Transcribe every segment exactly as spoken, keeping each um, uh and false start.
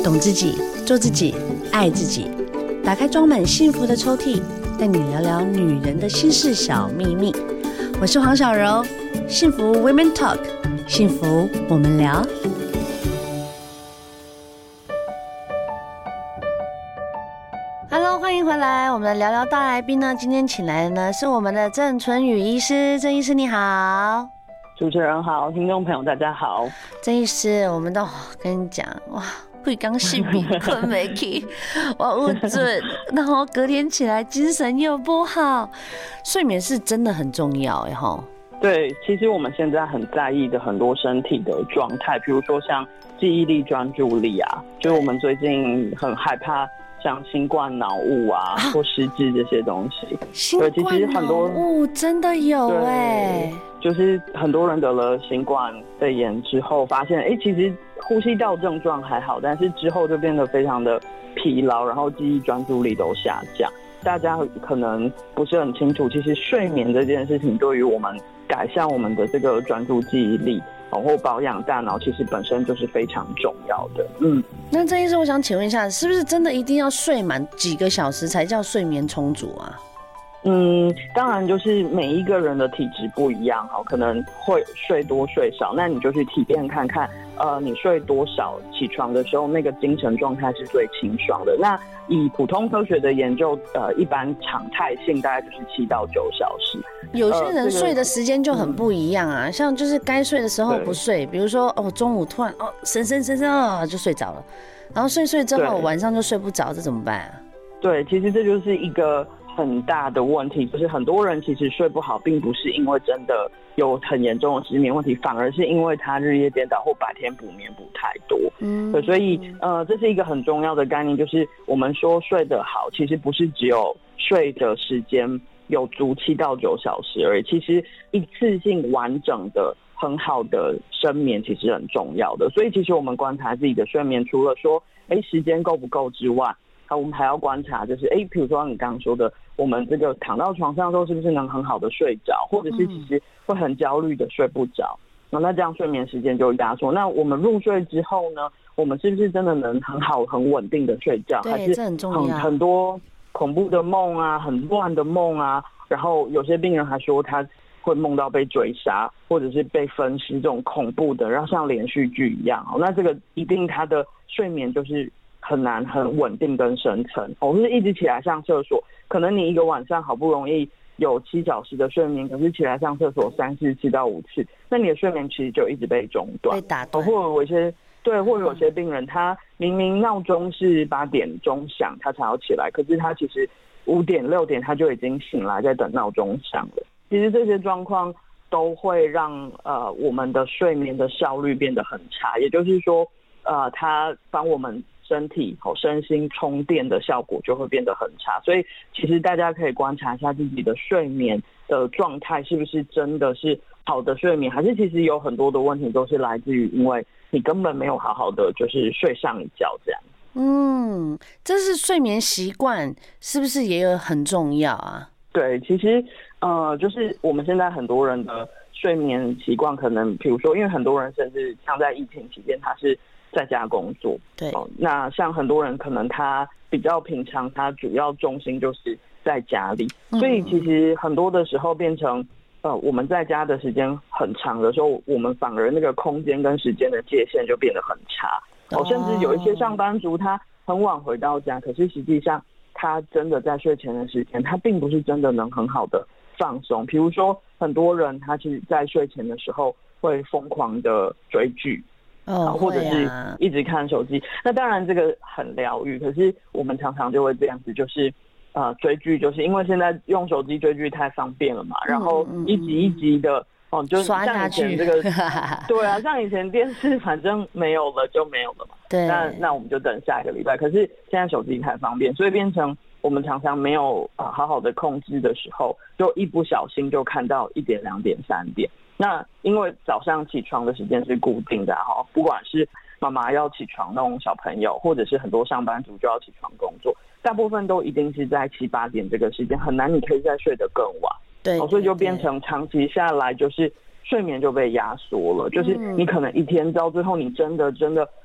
懂自己，做自己，爱自己。打开装满幸福的抽屉，带你聊聊女人的心事小秘密。我是黄小柔，幸福 Women Talk， 幸福我们聊。Hello， 欢迎回来。我们的聊聊大来宾呢，今天请来的呢是我们的郑淳予医师。郑医师你好。 主持人好，听众朋友大家好。 郑医师，我们都跟你讲哇。会刚性病困没起，我误准，然后隔天起来精神又不好，睡眠是真的很重要哎哈。 对，其实我们现在很在意的很多身体的状态，比如说像记忆力、专注力啊，就是我们最近很害怕像新冠脑雾啊，啊或失智这些东西。 新冠脑雾真的有哎、欸， 就是很多人得了新冠肺炎之后，发现哎、欸，其实呼吸道症状还好，但是之后就变得非常的疲劳，然后记忆专注力都下降。大家可能不是很清楚，其实睡眠这件事情对于我们改善我们的这个专注记忆力或保养大脑，其实本身就是非常重要的。嗯， 那郑医师，我想请问一下，是不是真的一定要睡满几个小时才叫睡眠充足啊？ 嗯，当然就是每一个人的体质不一样，可能会睡多睡少，那你就去体验看看，呃，你睡多少，起床的时候那个精神状态是最清爽的。那以普通科学的研究，呃，一般常态性大概就是七到九小时。 有些人睡的时间就很不一样啊，呃这个嗯、像就是该睡的时候不睡，比如说哦中午突然哦神神神神啊就睡着了，然后睡睡之后晚上就睡不着，这怎么办啊？ 对，其实这就是一个很大的问题，就是很多人其实睡不好，并不是因为真的有很严重的失眠问题，反而是因为他日夜颠倒或白天补眠补太多。嗯，对，所以呃，这是一个很重要的概念，就是我们说睡得好，其实不是只有睡的时间有足七到九小时而已，其实一次性完整的很好的深眠其实很重要的。所以其实我们观察自己的睡眠，除了说哎时间够不够之外，我们还要观察，就是哎，比如说你刚刚说的，我们这个躺到床上之后，是不是能很好的睡着，或者是其实会很焦虑的睡不着，嗯、那这样睡眠时间就压缩。那我们入睡之后呢，我们是不是真的能很好、很稳定的睡觉？ 对，这很重要。 很很多恐怖的梦啊，很乱的梦啊，然后有些病人还说他会梦到被追杀，或者是被分尸这种恐怖的，然后像连续剧一样。那这个一定他的睡眠就是很难很稳定跟深层，我是一直起来上厕所，可能你一个晚上好不容易有七小时的睡眠，可是起来上厕所三四次到五次，那你的睡眠其实就一直被中断， 被打断。 或者有一些对，或者有些病人他明明闹钟是八点钟响他才要起来，可是他其实五点六点他就已经醒来在等闹钟响了。其实这些状况都会让呃我们的睡眠的效率变得很差，也就是说呃他帮我们身体和身心充电的效果就会变得很差，所以其实大家可以观察一下自己的睡眠的状态是不是真的是好的睡眠，还是其实有很多的问题都是来自于因为你根本没有好好的就是睡上一觉这样。 嗯，这是睡眠习惯是不是也有很重要啊？ 对，其实呃，就是我们现在很多人的睡眠习惯可能比如说因为很多人甚至像在疫情期间他是在家工作， 对、 哦，那像很多人可能他比较平常，他主要重心就是在家里，嗯、所以其实很多的时候变成，呃，我们在家的时间很长的时候，我们反而那个空间跟时间的界限就变得很差。哦，甚至有一些上班族他很晚回到家，可是实际上他真的在睡前的时间，他并不是真的能很好的放松。比如说很多人他其实在睡前的时候会疯狂的追剧。 哦， 或者是一直看手机、啊，那当然这个很疗愈，可是我们常常就会这样子，就是呃追剧，就是因为现在用手机追剧太方便了嘛，然后一集一集的、嗯嗯、哦，就像以前这个，对啊，像以前电视反正没有了就没有了嘛， 对， 那那我们就等下一个礼拜。可是现在手机太方便，所以变成我们常常没有、呃、好好的控制的时候，就一不小心就看到一点、两点、三点。那因为早上起床的时间是固定的哈，不管是妈妈要起床弄小朋友，或者是很多上班族就要起床工作，大部分都一定是在七八点这个时间，很难你可以再睡得更晚。 对， 所以就变成长期下来就是睡眠就被压缩了，就是你可能一天到最后你真的真的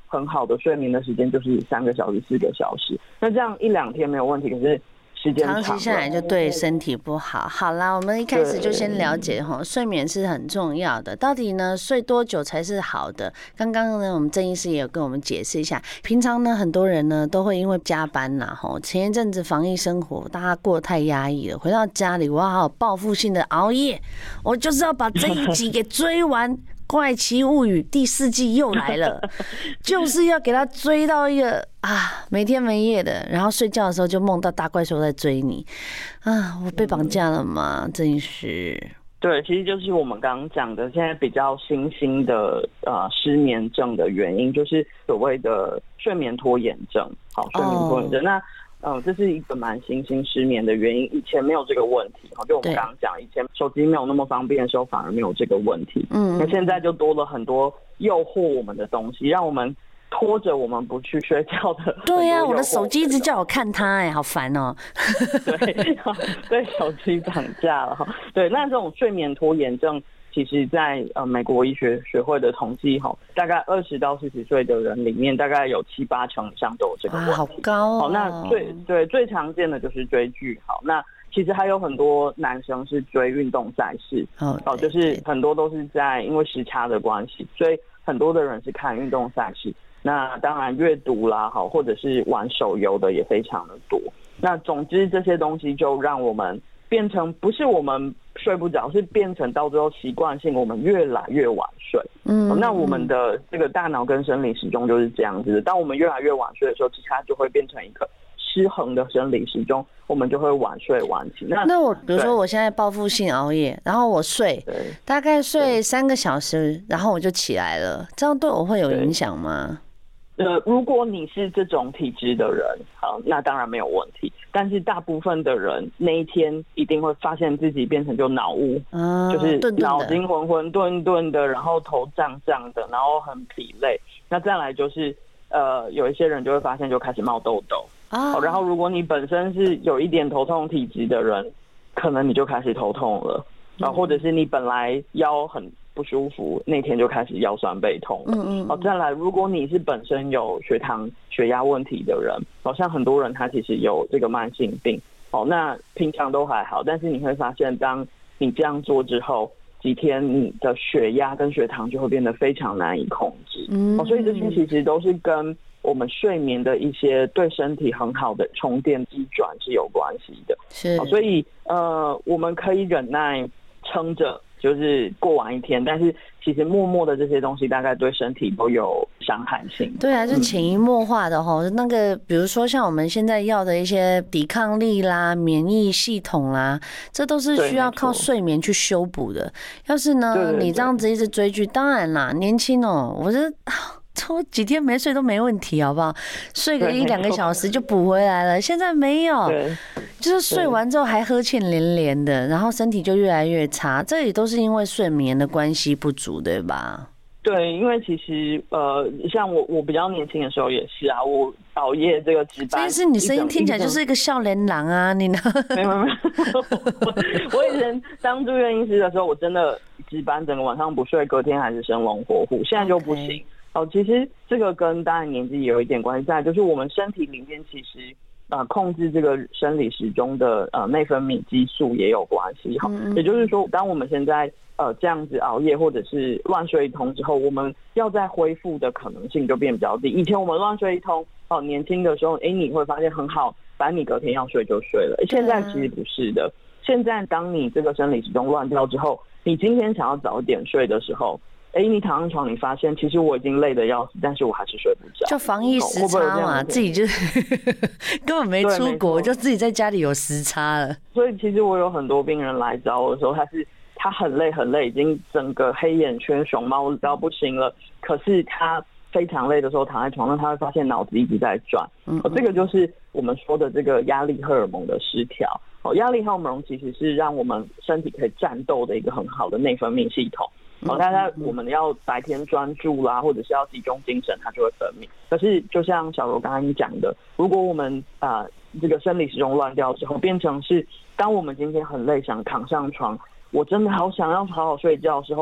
很好的睡眠的时间就是三个小时、四个小时。那这样一两天没有问题，可是时间长期下来就对身体不好。好啦，我们一开始就先了解哈，睡眠是很重要的。到底呢，睡多久才是好的？刚刚呢，我们郑医师也有跟我们解释一下。平常呢，很多人呢都会因为加班啦，哈，前一阵子防疫生活大家过得太压抑了，回到家里我要好报复性的熬夜，我就是要把这一集给追完。怪奇物语第四季又来了，就是要给他追到一个啊没天没夜的，然后睡觉的时候就梦到大怪兽在追你啊！我被绑架了吗？郑医师？ 对，其实就是我们刚刚讲的，现在比较新兴的呃失眠症的原因，就是所谓的睡眠拖延症。好，睡眠拖延症、oh. 那。嗯，这是一个蛮新兴失眠的原因，以前没有这个问题。就我们刚刚讲，以前手机没有那么方便的时候，反而没有这个问题。嗯，那现在就多了很多诱惑我们的东西，让我们拖着我们不去睡觉的。 对呀、啊，我的手机一直叫我看它，哎，好烦哦、喔。 对，被手机绑架了。对，那这种睡眠拖延症。其实在呃美国医学学会的统计哈，大概二十到四十岁的人里面，大概有七八成以上都有这个问题。 啊、好高哦！ 好，那最对最常见的就是追剧。好，那其实还有很多男生是追运动赛事。哦，哦，就是很多都是在因为时差的关系，所以很多的人是看运动赛事。那当然阅读啦，好，或者是玩手游的也非常的多。那总之这些东西就让我们变成不是我们睡不着，是变成到最后习惯性我们越来越晚睡。嗯，那我们的这个大脑跟生理时钟就是这样子的。当我们越来越晚睡的时候，其实它就会变成一个失衡的生理时钟，我们就会晚睡晚起。那那我比如说我现在报复性熬夜，然后我睡大概睡三个小时，然后我就起来了，这样对我会有影响吗？ 呃，如果你是这种体质的人，好，那当然没有问题。但是大部分的人那一天一定会发现自己变成就脑雾，嗯，就是脑筋浑浑沌沌的，然后头胀胀的，然后很疲累。那再来就是呃，有一些人就会发现就开始冒痘痘啊。然后如果你本身是有一点头痛体质的人，可能你就开始头痛了，啊，或者是你本来腰很不舒服，那天就开始腰酸背痛了。嗯嗯。哦，再来，如果你是本身有血糖、血压问题的人，好像很多人他其实有这个慢性病。哦，那平常都还好，但是你会发现，当你这样做之后，几天你的血压跟血糖就会变得非常难以控制。嗯。哦，所以这些其实都是跟我们睡眠的一些对身体很好的充电机转是有关系的。是。哦，所以呃，我们可以忍耐撑着。就是过完一天，但是其实默默的这些东西大概对身体都有伤害性。 对啊，就潜移默化的齁、嗯、那个比如说像我们现在要的一些抵抗力啦、免疫系统啦，这都是需要靠睡眠去修补的。要是呢对对对你这样子一直追剧，当然啦，年轻哦、喔，我是我几天没睡都没问题，好不好？睡个一两个小时就补回来了。现在没有，就是睡完之后还呵欠连连的，然后身体就越来越差。这也都是因为睡眠的关系不足，对吧？ 对，因为其实呃，像我我比较年轻的时候也是啊，我熬夜这个值班。但是你声音听起来就是一个少年郎啊，你呢？ 没有没有，我以前当住院医师的时候，我真的值班整个晚上不睡，隔天还是生龙活虎，现在就不行。Okay.哦，其实这个跟当然年纪也有一点关系，再来就是我们身体里面其实呃控制这个生理时钟的呃内分泌激素也有关系哈。嗯嗯也就是说，当我们现在呃这样子熬夜或者是乱睡一通之后，我们要再恢复的可能性就变比较低。以前我们乱睡一通，哦，年轻的时候，哎，你会发现很好，反正你隔天要睡就睡了。现在其实不是的，现在当你这个生理时钟乱掉之后，你今天想要早点睡的时候。哎，你躺上床，你发现其实我已经累得要死，但是我还是睡不着。 就防疫时差嘛，自己就根本没出国，就自己在家里有时差了。 所以其实我有很多病人来找我的时候，他是他很累很累，已经整个黑眼圈、熊猫到不行了。可是他非常累的时候，躺在床上，他会发现脑子一直在转。嗯, 嗯、哦，这个就是我们说的这个压力荷尔蒙的失调。哦，压力荷尔蒙其实是让我们身体可以战斗的一个很好的内分泌系统。哦，大家我们要白天专注啦，或者是要集中精神，它就会分泌。可是就像小柔刚刚讲的，如果我们啊、呃、这个生理时钟乱掉之后，变成是当我们今天很累，想躺上床，我真的好想要好好睡觉的时候，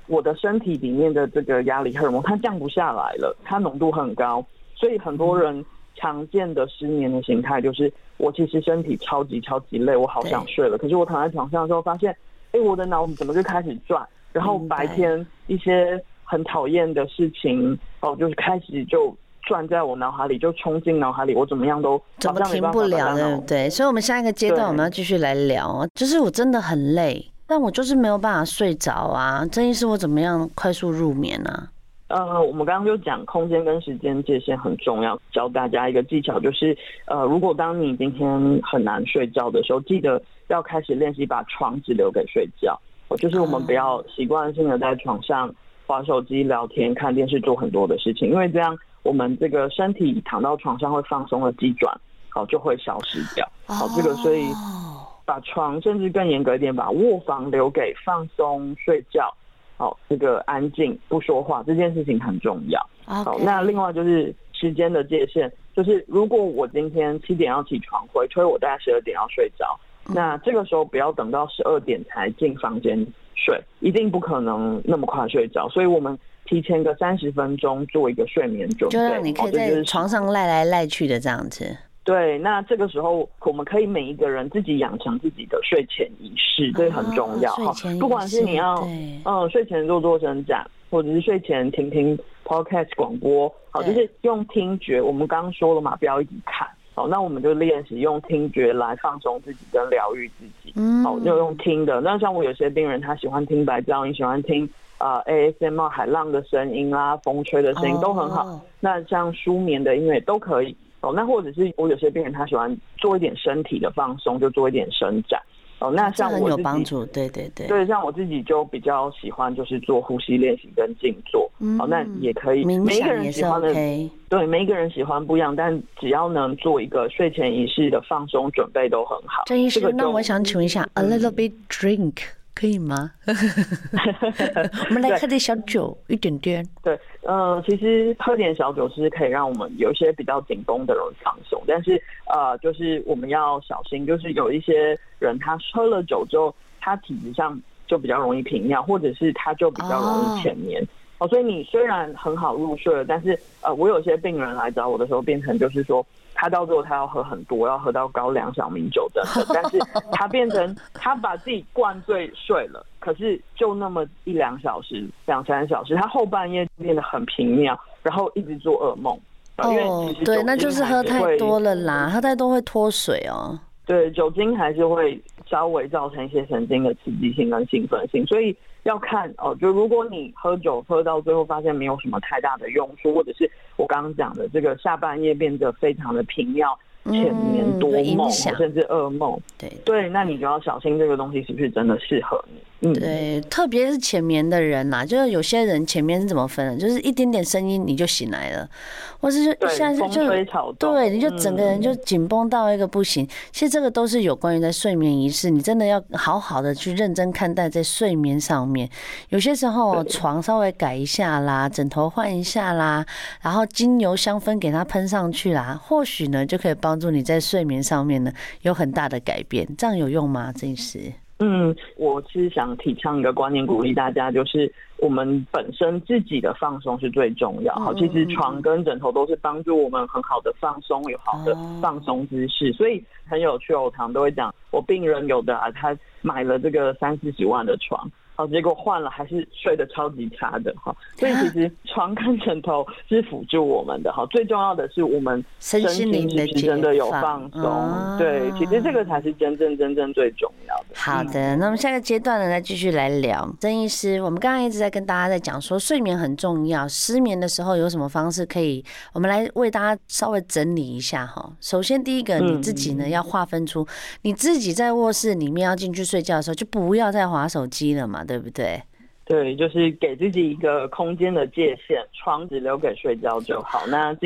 我的身体里面的这个压力荷尔蒙它降不下来了，它浓度很高，所以很多人常见的失眠的形态就是我其实身体超级超级累，我好想睡了，可是我躺在床上的时候发现，哎，我的脑怎么就开始转，然后白天一些很讨厌的事情哦，就是开始就转在我脑海里，就冲进脑海里，我怎么样都怎么停不了，对不对？所以我们下一个阶段我们要继续来聊，就是我真的很累，但我就是没有办法睡着啊。郑医师，我怎么样快速入眠啊？ 呃，我们刚刚就讲空间跟时间界限很重要，教大家一个技巧，就是呃，如果当你今天很难睡觉的时候，记得要开始练习把床只留给睡觉，就是我们不要习惯性的在床上滑手机、聊天、看电视，做很多的事情，因为这样我们这个身体躺到床上会放松的机转，好就会消失掉。好，这个所以把床甚至更严格一点，把卧房留给放松睡觉。好，这个安静不说话这件事情很重要。 Okay. 好，那另外就是时间的界限，就是如果我今天七点要起床，回推我大概十二点要睡着，那这个时候不要等到十二点才进房间睡，一定不可能那么快睡着，所以我们提前个三十分钟做一个睡眠准备， 就让你可以在床上赖来赖去的这样子。 对，那这个时候我们可以每一个人自己养成自己的睡前仪式，这很重要哈、哦。不管是你要嗯睡前做做伸展，或者是睡前听听 podcast 广播，好，就是用听觉。我们刚刚说了嘛，不要一直看。好，那我们就练习用听觉来放松自己跟疗愈自己。嗯，好，就用听的。那像我有些病人，他喜欢听白噪音，喜欢听呃 A S M R 海浪的声音啦，风吹的声音都很好。哦、那像舒眠的音乐都可以。哦，那或者是我有些病人他喜欢做一点身体的放松，就做一点伸展。哦，那像我自己，这很有帮助，对对对。对，像我自己就比较喜欢就是做呼吸练习跟静坐。嗯，哦，那也可以，每一个人喜欢的，对，每一个人喜欢不一样，但只要能做一个睡前仪式的放松准备都很好。 郑医师，那我想请问一下、嗯、，a little bit drink。可以吗？我们来喝点小酒，一点点。 对，呃，其实喝点小酒是可以让我们有一些比较紧绷的人放松，但是呃，就是我们要小心，就是有一些人他喝了酒之后，他体质上就比较容易频尿，或者是他就比较容易浅眠。哦，所以你虽然很好入睡了，但是呃，我有些病人来找我的时候，变成就是说。他到最后他要喝很多，要喝到高粱小米酒等等，但是他变成他把自己灌醉睡了，可是就那么一两小时、两三小时，他后半夜变得很频尿，然后一直做噩梦。 哦，对，那就是喝太多了啦，喝太多会脱水哦。 对，酒精还是会稍微造成一些神经的刺激性跟兴奋性，所以要看哦。就如果你喝酒喝到最后发现没有什么太大的用处，或者是我刚刚讲的这个下半夜变得非常的频尿、浅眠多梦，甚至噩梦，对对，那你就要小心这个东西是不是真的适合你。嗯， 对，特别是浅眠的人啦，就是有些人浅眠是怎么分的？就是一点点声音你就醒来了，或是就现在就对，你就整个人就紧绷到一个不行。嗯、其实这个都是有关于在睡眠仪式，你真的要好好的去认真看待在睡眠上面。有些时候床稍微改一下啦，枕头换一下啦，然后精油香氛给它喷上去啦，或许呢就可以帮助你在睡眠上面呢有很大的改变。这样有用吗？这一时？ 嗯，我是想提倡一个观念，鼓励大家，就是我们本身自己的放松是最重要。好，其实床跟枕头都是帮助我们很好的放松，有好的放松姿势。所以很有趣，我常都会讲，我病人有的啊，他买了这个三四十万的床。好，结果换了还是睡得超级差的哈，所以其实床跟枕头是辅助我们的哈，最重要的是我们身心灵是真的有放松，啊、对，其实这个才是真正真正最重要的。 好的，那我们下个阶段呢，再继续来聊。曾医师，我们刚刚一直在跟大家在讲说睡眠很重要，失眠的时候有什么方式可以，我们来为大家稍微整理一下哈。首先第一个，你自己呢、嗯、要划分出你自己在卧室里面要进去睡觉的时候，就不要再滑手机了嘛。对不对？ 对，就是给自己一个空间的界限，床只留给睡觉就好。那进到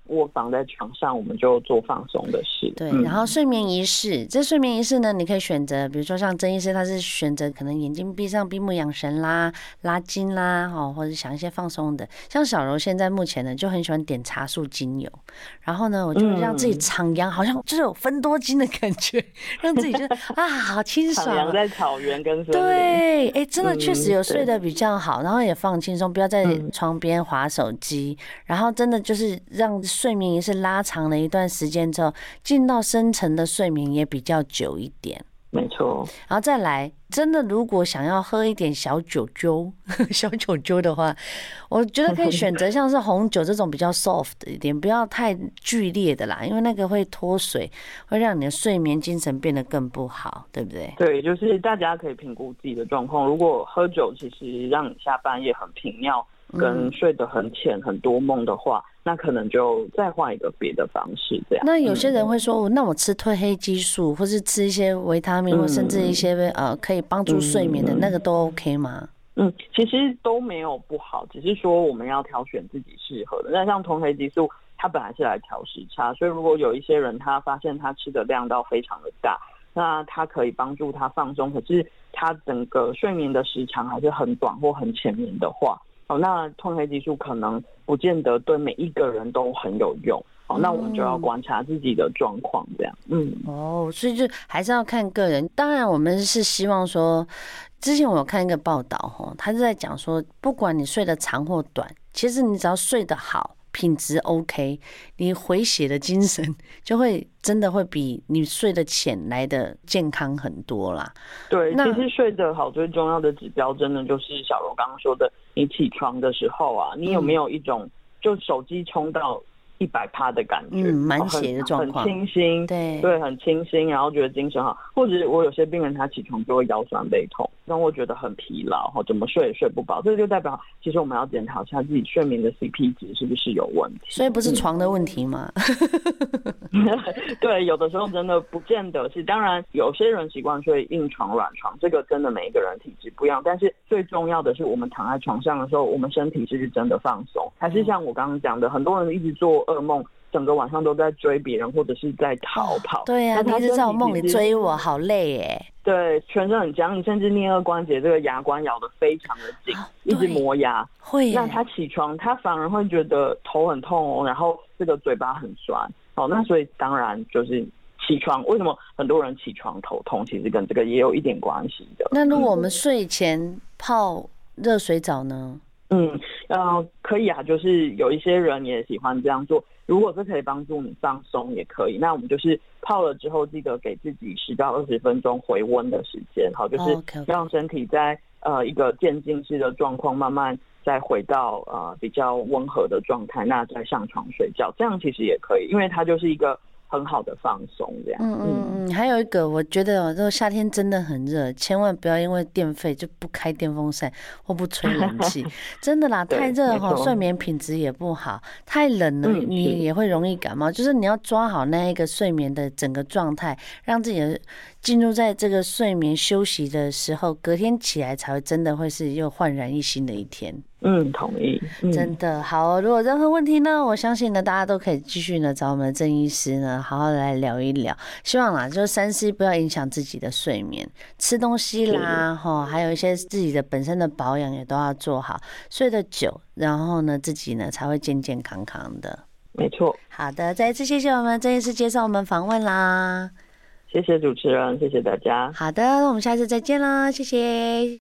卧躺在床上，我们就做放松的事。 对，然后睡眠仪式，这睡眠仪式呢，你可以选择，比如说像曾医师，他是选择可能眼睛闭上，闭目养神啦、拉筋啦，哦，或者想一些放松的。像小柔现在目前呢，就很喜欢点茶树精油，然后呢，我就让自己徜徉，好像就是有分多金的感觉，让自己觉得啊，好清爽。 徜徉在草原跟森林。 对，哎，真的确实有睡得比较好，然后也放轻松，不要在床边滑手机，然后真的就是让睡眠也是拉长了一段时间之后，进到深层的睡眠也比较久一点。 没错， 然后再来，真的如果想要喝一点小酒酒、小酒酒的话，我觉得可以选择像是红酒这种比较 soft 一点，不要太剧烈的啦，因为那个会脱水，会让你的睡眠精神变得更不好，对不对？ 对，就是大家可以评估自己的状况。如果喝酒其实让你下半夜很频尿，跟睡得很浅、很多梦的话，那可能就再换一个别的方式这样。 那有些人会说，嗯、那我吃褪黑激素，或是吃一些维他命，嗯、或甚至一些呃可以帮助睡眠的、嗯、那个都 OK 吗？ 嗯，其实都没有不好，只是说我们要挑选自己适合的。那像褪黑激素，它本来是来调时差，所以如果有一些人他发现他吃的量到非常的大，那它可以帮助他放松，可是他整个睡眠的时长还是很短或很浅眠的话。哦，那褪黑激素可能不见得对每一个人都很有用。哦，那我们就要观察自己的状况，这样。嗯， 哦，所以就还是要看个人。当然，我们是希望说，之前我有看一个报道，哈，他是在讲说，不管你睡得长或短，其实你只要睡得好，品质 OK， 你回血的精神就会真的会比你睡得浅来的健康很多啦。 对，其实睡得好最重要的指标，真的就是小柔刚刚说的，你起床的时候啊，你有没有一种就手机充到一百趴的感觉， 嗯，满血的状况， 很清新， 对对，很清新，然后觉得精神好。或者我有些病人他起床就会腰酸背痛，让我觉得很疲劳，怎么睡也睡不饱，这就代表其实我们要检讨一下自己睡眠的 C P 值是不是有问题。 所以不是床的问题吗？ 嗯、对，有的时候真的不见得是，当然有些人习惯睡硬床软床，这个真的每一个人体质不一样，但是最重要的是我们躺在床上的时候，我们身体是不是真的放松，还是像我刚刚讲的，很多人一直做噩梦，整个晚上都在追别人或者是在逃跑。哦、 对呀、啊，你一直在我梦里追我，好累耶。 对，全身很僵硬，甚至颞颌关节这个牙关咬得非常的紧，哦、一直磨牙。 会耶。 那他起床，他反而会觉得头很痛哦，然后这个嘴巴很酸。哦，那所以当然就是起床，为什么很多人起床头痛，其实跟这个也有一点关系的。 那如果我们睡前泡热水澡呢？ 嗯，呃，可以啊，就是有一些人也喜欢这样做。如果这可以帮助你放松，也可以。那我们就是泡了之后，记得给自己十到二十分钟回温的时间，好，就是让身体在呃一个渐进式的状况，慢慢再回到呃比较温和的状态，那再上床睡觉，这样其实也可以，因为它就是一个很好的放松，这样。 嗯嗯嗯，还有一个，我觉得这个夏天真的很热，千万不要因为电费就不开电风扇或不吹冷气，真的啦，太热哈，睡眠品质也不好；太冷了，嗯、你也会容易感冒。就是你要抓好那一个睡眠的整个状态，让自己的进入在这个睡眠休息的时候，隔天起来才会真的会是又焕然一新的一天。 嗯，同意。嗯、 真的好，如果任何问题呢，我相信呢，大家都可以继续呢找我们的郑医师呢，好好来聊一聊。希望啦，就三 C 不要影响自己的睡眠，吃东西啦，哈，还有一些自己的本身的保养也都要做好，睡得久，然后呢，自己呢才会健健康康的。 没错。 好的，再一次谢谢我们郑医师接受我们访问啦。 谢谢主持人，谢谢大家。 好的，我们下次再见啦，谢谢。